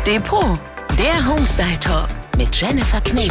Depot, der Homestyle Talk mit Jennifer Kneble.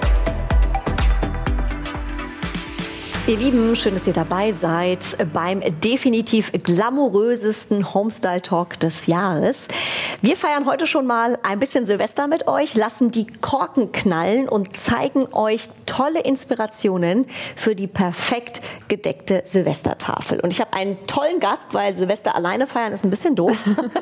Ihr Lieben, schön, dass ihr dabei seid beim definitiv glamourösesten Homestyle Talk des Jahres. Wir feiern heute schon mal ein bisschen Silvester mit euch, lassen die Korken knallen und zeigen euch tolle Inspirationen für die perfekt gedeckte Silvestertafel. Und ich habe einen tollen Gast, weil Silvester alleine feiern ist ein bisschen doof.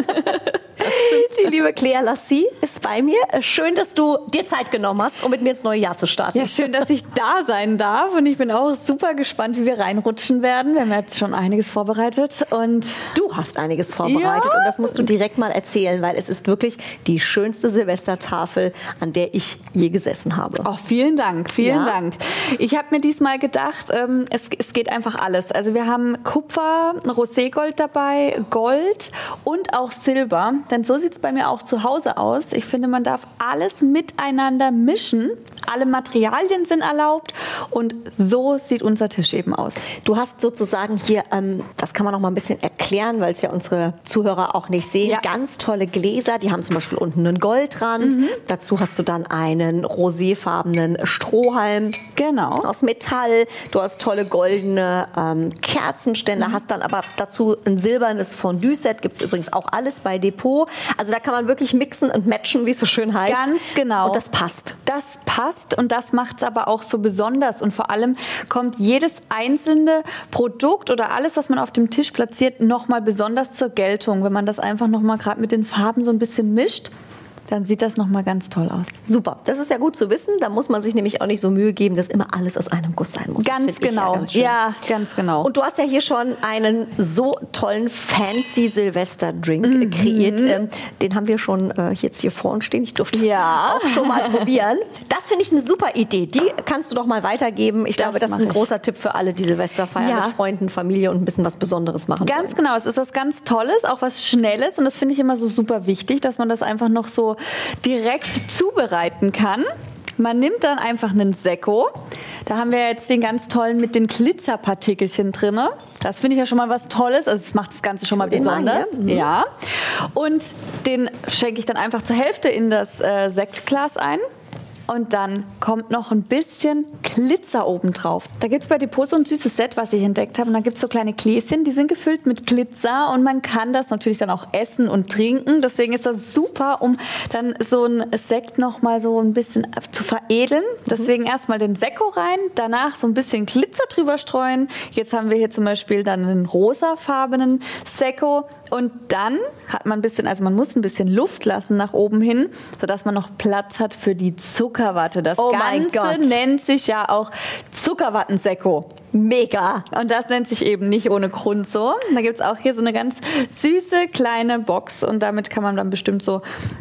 Die liebe Claire Lassie ist bei mir. Schön, dass du dir Zeit genommen hast, um mit mir ins neue Jahr zu starten. Ja, schön, dass ich da sein darf. Und ich bin auch super gespannt, wie wir reinrutschen werden. Wir haben jetzt schon einiges vorbereitet. Und du hast einiges vorbereitet. Ja. Und das musst du direkt mal erzählen, weil es ist wirklich die schönste Silvestertafel, an der ich je gesessen habe. Oh, vielen Dank, vielen Dank. Ich habe mir diesmal gedacht, es geht einfach alles. Also wir haben Kupfer, Roségold dabei, Gold und auch Silber. Denn so sieht es bei mir auch zu Hause aus. Ich finde, man darf alles miteinander mischen. Alle Materialien sind erlaubt. Und so sieht unser Tisch eben aus. Du hast sozusagen hier, das kann man noch mal ein bisschen erklären, weil es ja unsere Zuhörer auch nicht sehen, ganz tolle Gläser. Die haben zum Beispiel unten einen Goldrand. Dazu hast du dann einen roséfarbenen Strohhalm aus Metall. Du hast tolle goldene Kerzenständer, hast dann aber dazu ein silbernes Fondue-Set. Gibt es übrigens auch alles bei Depot. Also da kann man wirklich mixen und matchen, wie es so schön heißt. Ganz genau. Und das passt. Das passt und das macht es aber auch so besonders. Und vor allem kommt jedes einzelne Produkt oder alles, was man auf dem Tisch platziert, nochmal besonders zur Geltung. Wenn man das einfach nochmal gerade mit den Farben so ein bisschen mischt, dann sieht das nochmal ganz toll aus. Super, das ist ja gut zu wissen. Da muss man sich nämlich auch nicht so Mühe geben, dass immer alles aus einem Guss sein muss. Ganz genau. Ja, ganz genau. Und du hast ja hier schon einen so tollen fancy Silvester-Drink kreiert. Den haben wir schon jetzt hier vor uns stehen. Ich durfte auch schon mal probieren. Das finde ich eine super Idee. Die kannst du doch mal weitergeben. Ich glaube, das ist ein großer Tipp für alle, die Silvester feiern mit Freunden, Familie und ein bisschen was Besonderes machen wollen. Ganz genau. Es ist was ganz Tolles, auch was Schnelles. Und das finde ich immer so super wichtig, dass man das einfach noch so direkt zubereiten kann. Man nimmt dann einfach einen Sekko. Da haben wir jetzt den ganz tollen mit den Glitzerpartikelchen drin. Das finde ich ja schon mal was Tolles. Also das macht das Ganze schon mal besonders. Ja. Und den schenke ich dann einfach zur Hälfte in das Sektglas ein. Und dann kommt noch ein bisschen Glitzer oben drauf. Da gibt es bei Depot so ein süßes Set, was ich entdeckt habe. Und dann gibt es so kleine Gläschen, die sind gefüllt mit Glitzer. Und man kann das natürlich dann auch essen und trinken. Deswegen ist das super, um dann so ein Sekt noch mal so ein bisschen zu veredeln. Deswegen erstmal den Sekko rein, danach so ein bisschen Glitzer drüber streuen. Jetzt haben wir hier zum Beispiel dann einen rosafarbenen Sekko. Und dann hat man ein bisschen, also man muss ein bisschen Luft lassen nach oben hin, sodass man noch Platz hat für die Zuckerwatte. Das Ganze nennt sich ja auch Zuckerwattensekko. Mega. Und das nennt sich eben nicht ohne Grund so. Da gibt es auch hier so eine ganz süße kleine Box und damit kann man dann bestimmt so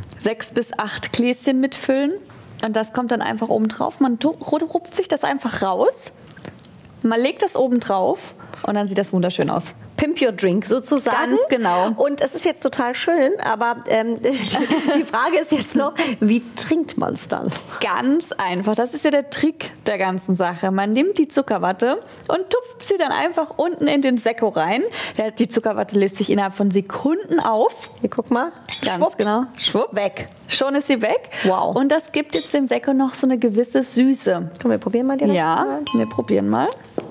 6 bis 8 Gläschen mitfüllen. Und das kommt dann einfach oben drauf. Man rupft sich das einfach raus. Man legt das oben drauf und dann sieht das wunderschön aus. Pimp your drink sozusagen. Ganz genau. Und es ist jetzt total schön, aber die Frage ist jetzt noch, wie trinkt man es dann? Ganz einfach. Das ist ja der Trick der ganzen Sache. Man nimmt die Zuckerwatte und tupft sie dann einfach unten in den Sekko rein. Die Zuckerwatte löst sich innerhalb von Sekunden auf. Hier, guck mal. Ganz genau. Schwupp. Weg. Schon ist sie weg. Wow. Und das gibt jetzt dem Sekko noch so eine gewisse Süße. Komm, wir probieren mal direkt. Ja, wir probieren mal.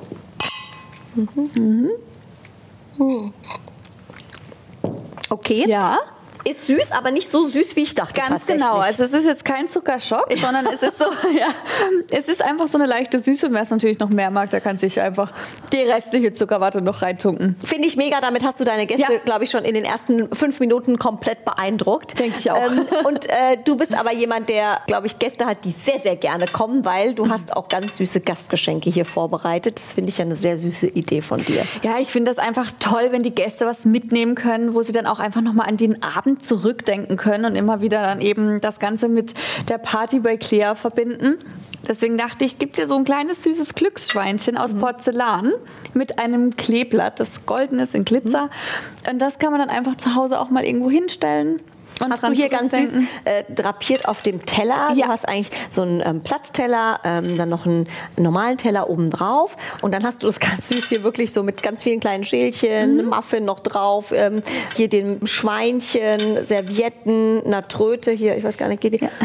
Okay. Ja. Ist süß, aber nicht so süß, wie ich dachte. Ganz genau. Also es ist jetzt kein Zuckerschock, sondern es ist so, es ist einfach so eine leichte Süße. Und wer es natürlich noch mehr mag, der kann sich einfach die restliche Zuckerwatte noch reintunken. Finde ich mega. Damit hast du deine Gäste, glaube ich, schon in den ersten 5 Minuten komplett beeindruckt. Denke ich auch. Und du bist aber jemand, der, glaube ich, Gäste hat, die sehr, sehr gerne kommen, weil du hast auch ganz süße Gastgeschenke hier vorbereitet. Das finde ich ja eine sehr süße Idee von dir. Ja, ich finde das einfach toll, wenn die Gäste was mitnehmen können, wo sie dann auch einfach nochmal an den Abend zurückdenken können und immer wieder dann eben das Ganze mit der Party bei Claire verbinden. Deswegen dachte ich, gibt es hier so ein kleines süßes Glücksschweinchen aus Porzellan mit einem Kleeblatt, das golden ist in Glitzer. Und das kann man dann einfach zu Hause auch mal irgendwo hinstellen. Und hast du hier ganz süß drapiert auf dem Teller. Ja. Du hast eigentlich so einen Platzteller, dann noch einen normalen Teller oben drauf. Und dann hast du das ganz süß hier wirklich so mit ganz vielen kleinen Schälchen, einem Muffin noch drauf, hier dem Schweinchen, Servietten, einer Tröte hier, ich weiß gar nicht, geht die? Ja.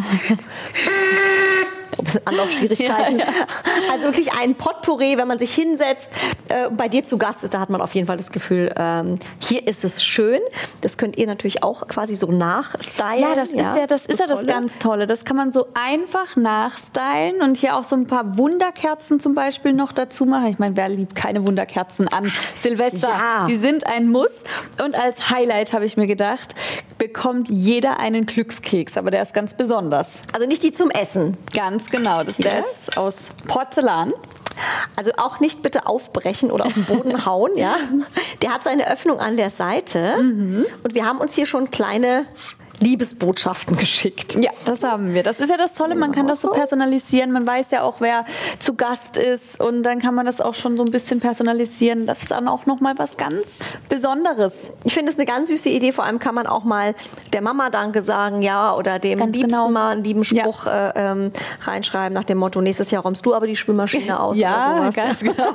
Ein bisschen Anlaufschwierigkeiten. Ja. Also wirklich ein Potpourri, wenn man sich hinsetzt, bei dir zu Gast ist, da hat man auf jeden Fall das Gefühl, hier ist es schön. Das könnt ihr natürlich auch quasi so nachstylen. Ja, das ist ja das ganz Tolle. Das kann man so einfach nachstylen und hier auch so ein paar Wunderkerzen zum Beispiel noch dazu machen. Ich meine, wer liebt keine Wunderkerzen an Silvester? Ja. Die sind ein Muss. Und als Highlight habe ich mir gedacht, bekommt jeder einen Glückskeks, aber der ist ganz besonders. Also nicht die zum Essen. Ganz genau, der ist aus Porzellan. Also auch nicht bitte aufbrechen oder auf den Boden hauen, ja. Der hat seine Öffnung an der Seite und wir haben uns hier schon kleine Liebesbotschaften geschickt. Ja, das haben wir. Das ist ja das Tolle, man kann das so personalisieren. Man weiß ja auch, wer zu Gast ist und dann kann man das auch schon so ein bisschen personalisieren. Das ist dann auch nochmal was ganz Besonderes. Ich finde es eine ganz süße Idee. Vor allem kann man auch mal der Mama Danke sagen, ja, oder dem ganz Liebsten genau. mal einen lieben Spruch reinschreiben nach dem Motto, nächstes Jahr räumst du aber die Spülmaschine aus oder sowas. Ja, ganz genau.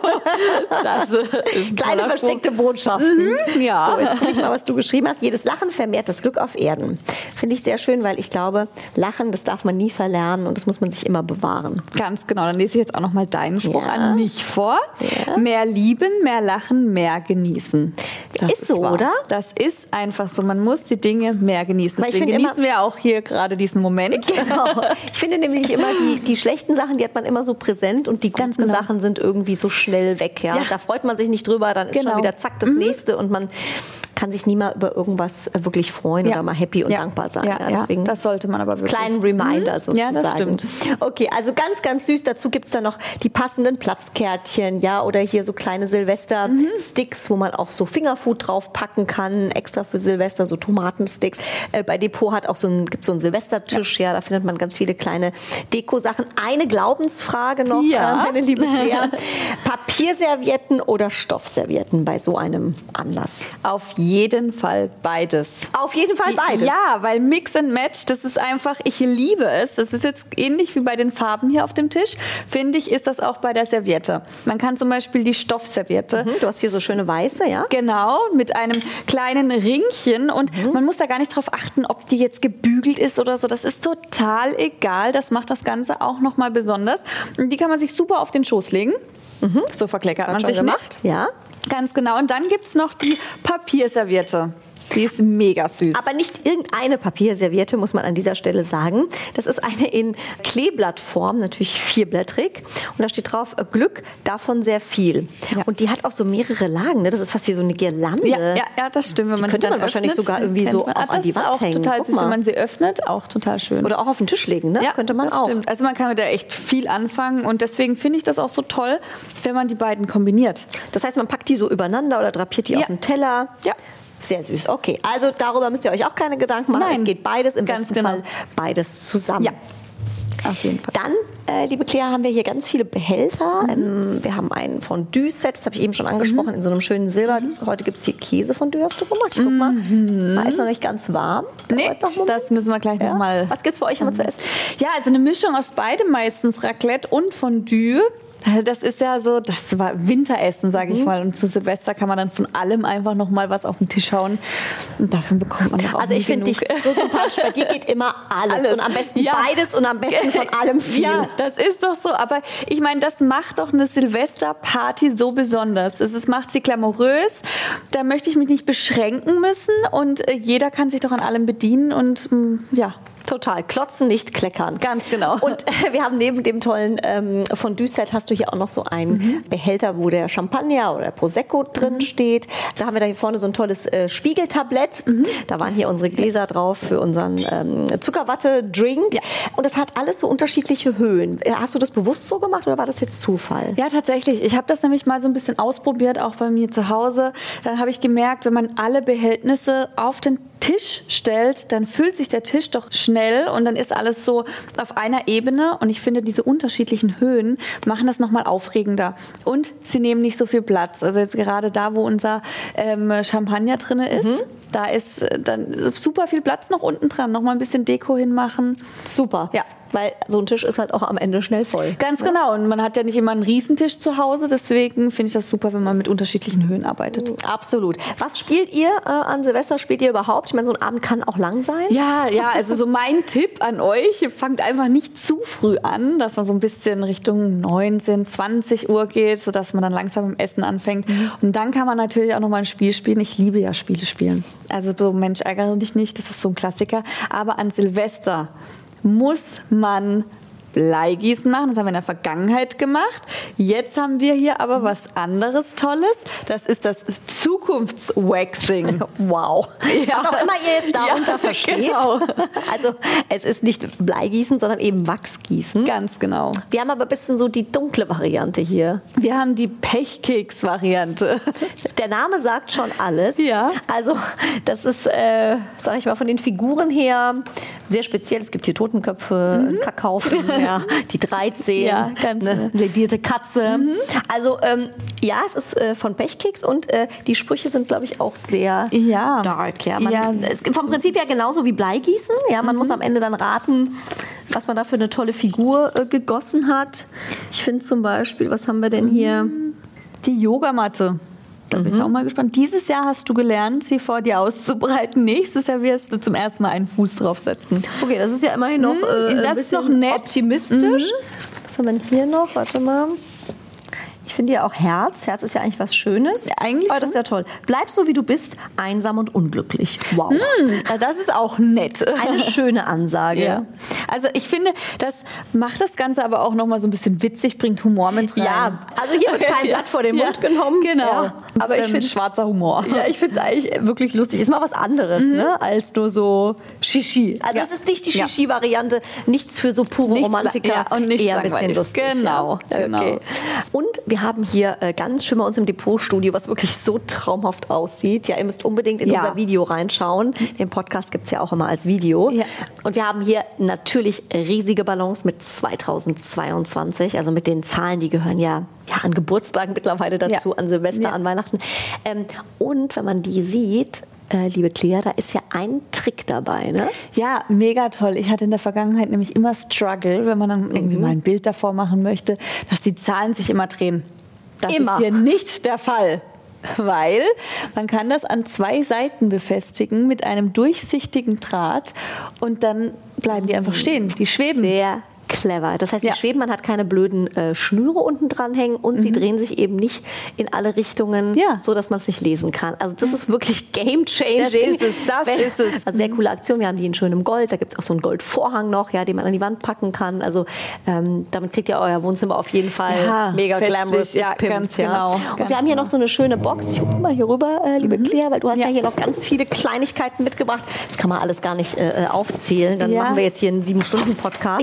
Das ist kleine versteckte Botschaften. Ja. So, jetzt gucke ich mal, was du geschrieben hast. Jedes Lachen vermehrt das Glück auf Erden. Finde ich sehr schön, weil ich glaube, Lachen, das darf man nie verlernen und das muss man sich immer bewahren. Ganz genau. Dann lese ich jetzt auch noch mal deinen Spruch an mich vor. Ja. Mehr lieben, mehr lachen, mehr genießen. Das ist so, wahr. Oder? Das ist einfach so. Man muss die Dinge mehr genießen. Weil Deswegen genießen wir auch hier gerade diesen Moment. Genau. Ich finde nämlich immer, die schlechten Sachen, die hat man immer so präsent und die guten Sachen sind irgendwie so schnell weg. Ja? Da freut man sich nicht drüber, dann ist schon wieder zack das nächste und man kann sich nie mal über irgendwas wirklich freuen oder mal happy und dankbar sein. Ja, deswegen das sollte man aber wirklich. Kleinen Reminder sozusagen. Ja, das stimmt. Okay, also ganz, ganz süß. Dazu gibt es dann noch die passenden Platzkärtchen, ja, oder hier so kleine Silvester-Sticks, wo man auch so Fingerfood drauf packen kann, extra für Silvester, so Tomatensticks. Bei Depot gibt es so einen Silvestertisch, ja, da findet man ganz viele kleine Deko-Sachen. Eine Glaubensfrage noch, meine liebe Claire. Papierservietten oder Stoffservietten bei so einem Anlass? Auf jeden Fall beides. Auf jeden Fall beides? Ja, weil Mix and Match, das ist einfach, ich liebe es. Das ist jetzt ähnlich wie bei den Farben hier auf dem Tisch, finde ich, ist das auch bei der Serviette. Man kann zum Beispiel die Stoffserviette. Du hast hier so schöne weiße, ja? Genau, mit einem kleinen Ringchen und man muss da gar nicht drauf achten, ob die jetzt gebügelt ist oder so. Das ist total egal. Das macht das Ganze auch nochmal besonders. Und die kann man sich super auf den Schoß legen. So verkleckert man sich nicht. Ja. Ganz genau. Und dann gibt es noch die Papierserviette. Die ist mega süß. Aber nicht irgendeine Papierserviette, muss man an dieser Stelle sagen. Das ist eine in Kleeblattform, natürlich vierblättrig. Und da steht drauf, Glück, davon sehr viel. Ja. Und die hat auch so mehrere Lagen. Ne? Das ist fast wie so eine Girlande. Ja, das stimmt. Wenn man könnte man wahrscheinlich sogar irgendwie so auch an die Wand hängen. Das ist auch total süß, wenn man sie öffnet. Auch total schön. Oder auch auf den Tisch legen, ne? Ja, könnte man das auch. Stimmt. Also man kann mit der echt viel anfangen. Und deswegen finde ich das auch so toll, wenn man die beiden kombiniert. Das heißt, man packt die so übereinander oder drapiert die auf den Teller. Ja. Sehr süß. Okay, also darüber müsst ihr euch auch keine Gedanken machen. Nein. Es geht beides, im besten Fall beides zusammen. Ja, auf jeden Fall. Dann, liebe Claire, haben wir hier ganz viele Behälter. Wir haben ein Fondue-Set, das habe ich eben schon angesprochen, in so einem schönen Silber. Heute gibt es hier Käsefondue, hast du gemacht? Ich guck mal, ist noch nicht ganz warm. Nee, das müssen wir gleich nochmal. Was gibt's für euch immer zu essen? Ja, also eine Mischung aus beidem meistens, Raclette und Fondue. Das ist ja so, das war Winteressen, sage ich mal. Und zu Silvester kann man dann von allem einfach noch mal was auf den Tisch hauen. Und davon bekommt man doch auch Also ich finde dich so sympathisch. Bei dir geht immer alles. Und am besten beides und am besten von allem viel. Ja, das ist doch so. Aber ich meine, das macht doch eine Silvesterparty so besonders. Es macht sie glamourös. Da möchte ich mich nicht beschränken müssen. Und jeder kann sich doch an allem bedienen. Und ja. Total. Klotzen, nicht kleckern. Ganz genau. Und wir haben neben dem tollen Fondue-Set hast du hier auch noch so einen Behälter, wo der Champagner oder der Prosecco drin steht. Da haben wir da hier vorne so ein tolles Spiegeltablett. Da waren hier unsere Gläser drauf für unseren Zuckerwatte-Drink. Ja. Und das hat alles so unterschiedliche Höhen. Hast du das bewusst so gemacht oder war das jetzt Zufall? Ja, tatsächlich. Ich habe das nämlich mal so ein bisschen ausprobiert, auch bei mir zu Hause. Dann habe ich gemerkt, wenn man alle Behältnisse auf den Tisch stellt, dann fühlt sich der Tisch doch schnell schnell und dann ist alles so auf einer Ebene und ich finde, diese unterschiedlichen Höhen machen das nochmal aufregender und sie nehmen nicht so viel Platz. Also jetzt gerade da, wo unser Champagner drin ist, da ist dann super viel Platz noch unten dran, nochmal ein bisschen Deko hinmachen. Super. Ja. Weil so ein Tisch ist halt auch am Ende schnell voll. Ganz genau. Und man hat ja nicht immer einen Riesentisch zu Hause. Deswegen finde ich das super, wenn man mit unterschiedlichen Höhen arbeitet. Absolut. Was spielt ihr an Silvester? Spielt ihr überhaupt? Ich meine, so ein Abend kann auch lang sein. Ja, also so mein Tipp an euch, fangt einfach nicht zu früh an, dass man so ein bisschen Richtung 19, 20 Uhr geht, sodass man dann langsam im Essen anfängt. Und dann kann man natürlich auch nochmal ein Spiel spielen. Ich liebe ja Spiele spielen. Also so, Mensch, ärgere dich nicht, das ist so ein Klassiker. Aber an Silvester muss man Bleigießen machen. Das haben wir in der Vergangenheit gemacht. Jetzt haben wir hier aber was anderes Tolles. Das ist das Zukunftswaxing. Wow. Ja. Was auch immer ihr jetzt darunter versteht. Genau. Also es ist nicht Bleigießen, sondern eben Wachsgießen. Ganz genau. Wir haben aber ein bisschen so die dunkle Variante hier. Wir haben die Pechkeks-Variante. Der Name sagt schon alles. Ja. Also das ist, sag ich mal, von den Figuren her sehr speziell. Es gibt hier Totenköpfe, Kackhaufen, ja, die 13, Ja, ganz eine ledierte Katze. Also ja, es ist von Pechkeks und die Sprüche sind, glaube ich, auch sehr dark. Ja. Es ist vom Prinzip her genauso wie Bleigießen. Ja, man muss am Ende dann raten, was man da für eine tolle Figur gegossen hat. Ich finde zum Beispiel, was haben wir denn hier? Die Yogamatte. Da bin ich auch mal gespannt. Dieses Jahr hast du gelernt, sie vor dir auszubreiten. Nächstes Jahr wirst du zum ersten Mal einen Fuß draufsetzen. Okay, das ist ja immerhin noch ein bisschen noch nett. Optimistisch. Was haben wir denn hier noch? Warte mal. Ich finde ja auch Herz. Herz ist ja eigentlich was Schönes. Ja, eigentlich aber das ist ja toll. Bleib so, wie du bist, einsam und unglücklich. Wow. Das ist auch nett. Eine schöne Ansage. Ja. Also ich finde, das macht das Ganze aber auch noch mal so ein bisschen witzig, bringt Humor mit rein. Ja, also hier wird kein Blatt vor den Mund genommen. Genau. Ja, aber ich finde schwarzer Humor. Ja, ich finde es eigentlich wirklich lustig. Ist mal was anderes, ne, als nur so Shishi. Also es ist nicht die Shishi-Variante, nichts für so pure Romantiker, und nicht eher ein bisschen langweilig. lustig. Genau, ja. genau. Okay. Und wir haben hier ganz schön bei uns im Depotstudio, was wirklich so traumhaft aussieht. Ja, ihr müsst unbedingt in unser Video reinschauen. Den Podcast gibt es ja auch immer als Video. Ja. Und wir haben hier natürlich riesige Ballons mit 2022, also mit den Zahlen, die gehören ja an Geburtstagen mittlerweile dazu, an Silvester, an Weihnachten. Und wenn man die sieht, liebe Clea, da ist ja ein Trick dabei, ne? Ja, mega toll. Ich hatte in der Vergangenheit nämlich immer Struggle, wenn man dann irgendwie mal ein Bild davor machen möchte, dass die Zahlen sich immer drehen. Das ist hier nicht der Fall, weil man kann das an 2 Seiten befestigen mit einem durchsichtigen Draht und dann bleiben die einfach stehen. Die schweben. Sehr clever. Das heißt, die schweben, man hat keine blöden Schnüre unten dran hängen und sie drehen sich eben nicht in alle Richtungen, so dass man es nicht lesen kann. Also das ist wirklich game-changing. Das ist es. Also sehr coole Aktion. Wir haben die in schönem Gold. Da gibt es auch so einen Goldvorhang noch, den man an die Wand packen kann. Also damit kriegt ihr euer Wohnzimmer auf jeden Fall mega glamorous gepimpt. Ganz genau. Und wir haben hier noch so eine schöne Box. Ich gucke mal hier rüber, liebe Clea, weil du hast ja hier noch ganz viele Kleinigkeiten mitgebracht. Das kann man alles gar nicht aufzählen. Dann machen wir jetzt hier einen 7-Stunden-Podcast.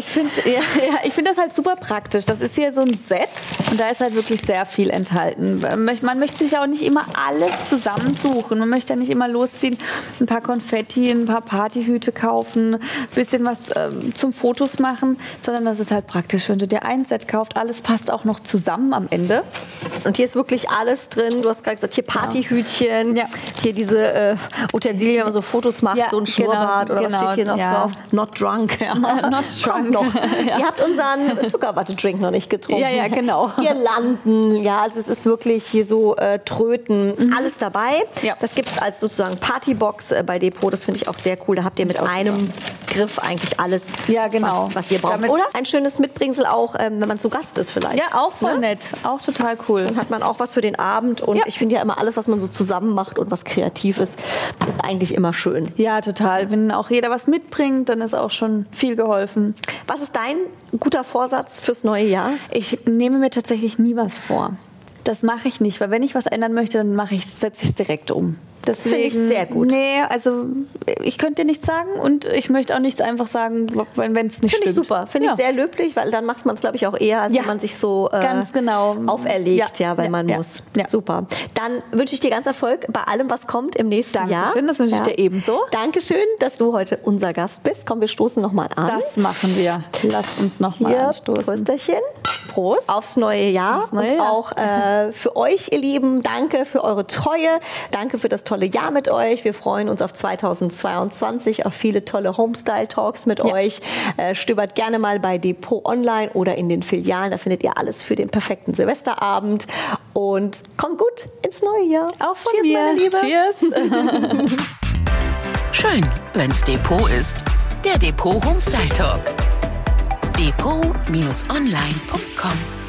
Ich finde das halt super praktisch. Das ist hier so ein Set und da ist halt wirklich sehr viel enthalten. Man möchte sich ja auch nicht immer alles zusammensuchen. Man möchte ja nicht immer losziehen, ein paar Konfetti, ein paar Partyhüte kaufen, ein bisschen was zum Fotos machen, sondern das ist halt praktisch, wenn du dir ein Set kaufst, alles passt auch noch zusammen am Ende. Und hier ist wirklich alles drin. Du hast gerade gesagt, hier Partyhütchen, hier diese Utensilien, wenn man so Fotos macht, so ein Schnurrbart oder was steht hier noch drauf? Not drunk. Not drunk. Noch. Ihr habt unseren Zuckerwatte-Drink noch nicht getrunken. Ja, genau. Girlanden, also es ist wirklich hier so Tröten, alles dabei. Ja. Das gibt es als sozusagen Partybox bei Depot. Das finde ich auch sehr cool. Da habt ihr mit einem Griff eigentlich alles, was ihr braucht. Oder ein schönes Mitbringsel auch, wenn man zu Gast ist vielleicht. Ja, auch voll nett. Auch total cool. Dann hat man auch was für den Abend. Und ich finde ja immer alles, was man so zusammen macht und was Kreatives, ist eigentlich immer schön. Ja, total. Wenn auch jeder was mitbringt, dann ist auch schon viel geholfen. Was ist dein guter Vorsatz fürs neue Jahr? Ich nehme mir tatsächlich nie was vor. Das mache ich nicht, weil wenn ich was ändern möchte, dann setze ich es direkt um. Deswegen, finde ich sehr gut. Nee, also ich könnte dir nichts sagen und ich möchte auch nichts einfach sagen, wenn es nicht stimmt. Finde ich super. Finde ich sehr löblich, weil dann macht man es, glaube ich, auch eher, als wenn man sich so ganz genau auferlegt, weil man muss. Ja. Super. Dann wünsche ich dir ganz Erfolg bei allem, was kommt im nächsten Jahr. Dankeschön, das wünsche ich dir ebenso. Dankeschön, dass du heute unser Gast bist. Komm, wir stoßen nochmal an. Das machen wir. Lasst uns nochmal anstoßen. Prösterchen. Prost. Aufs neue Jahr. Und auch für euch, ihr Lieben, danke für eure Treue. Danke für das tolle Jahr mit euch. Wir freuen uns auf 2022, auf viele tolle Homestyle-Talks mit euch. Stöbert gerne mal bei Depot Online oder in den Filialen. Da findet ihr alles für den perfekten Silvesterabend. Und kommt gut ins neue Jahr. Auch von Cheers, mir. meine Liebe. Cheers. Schön, wenn's Depot ist. Der Depot Homestyle Talk. Depot-online.com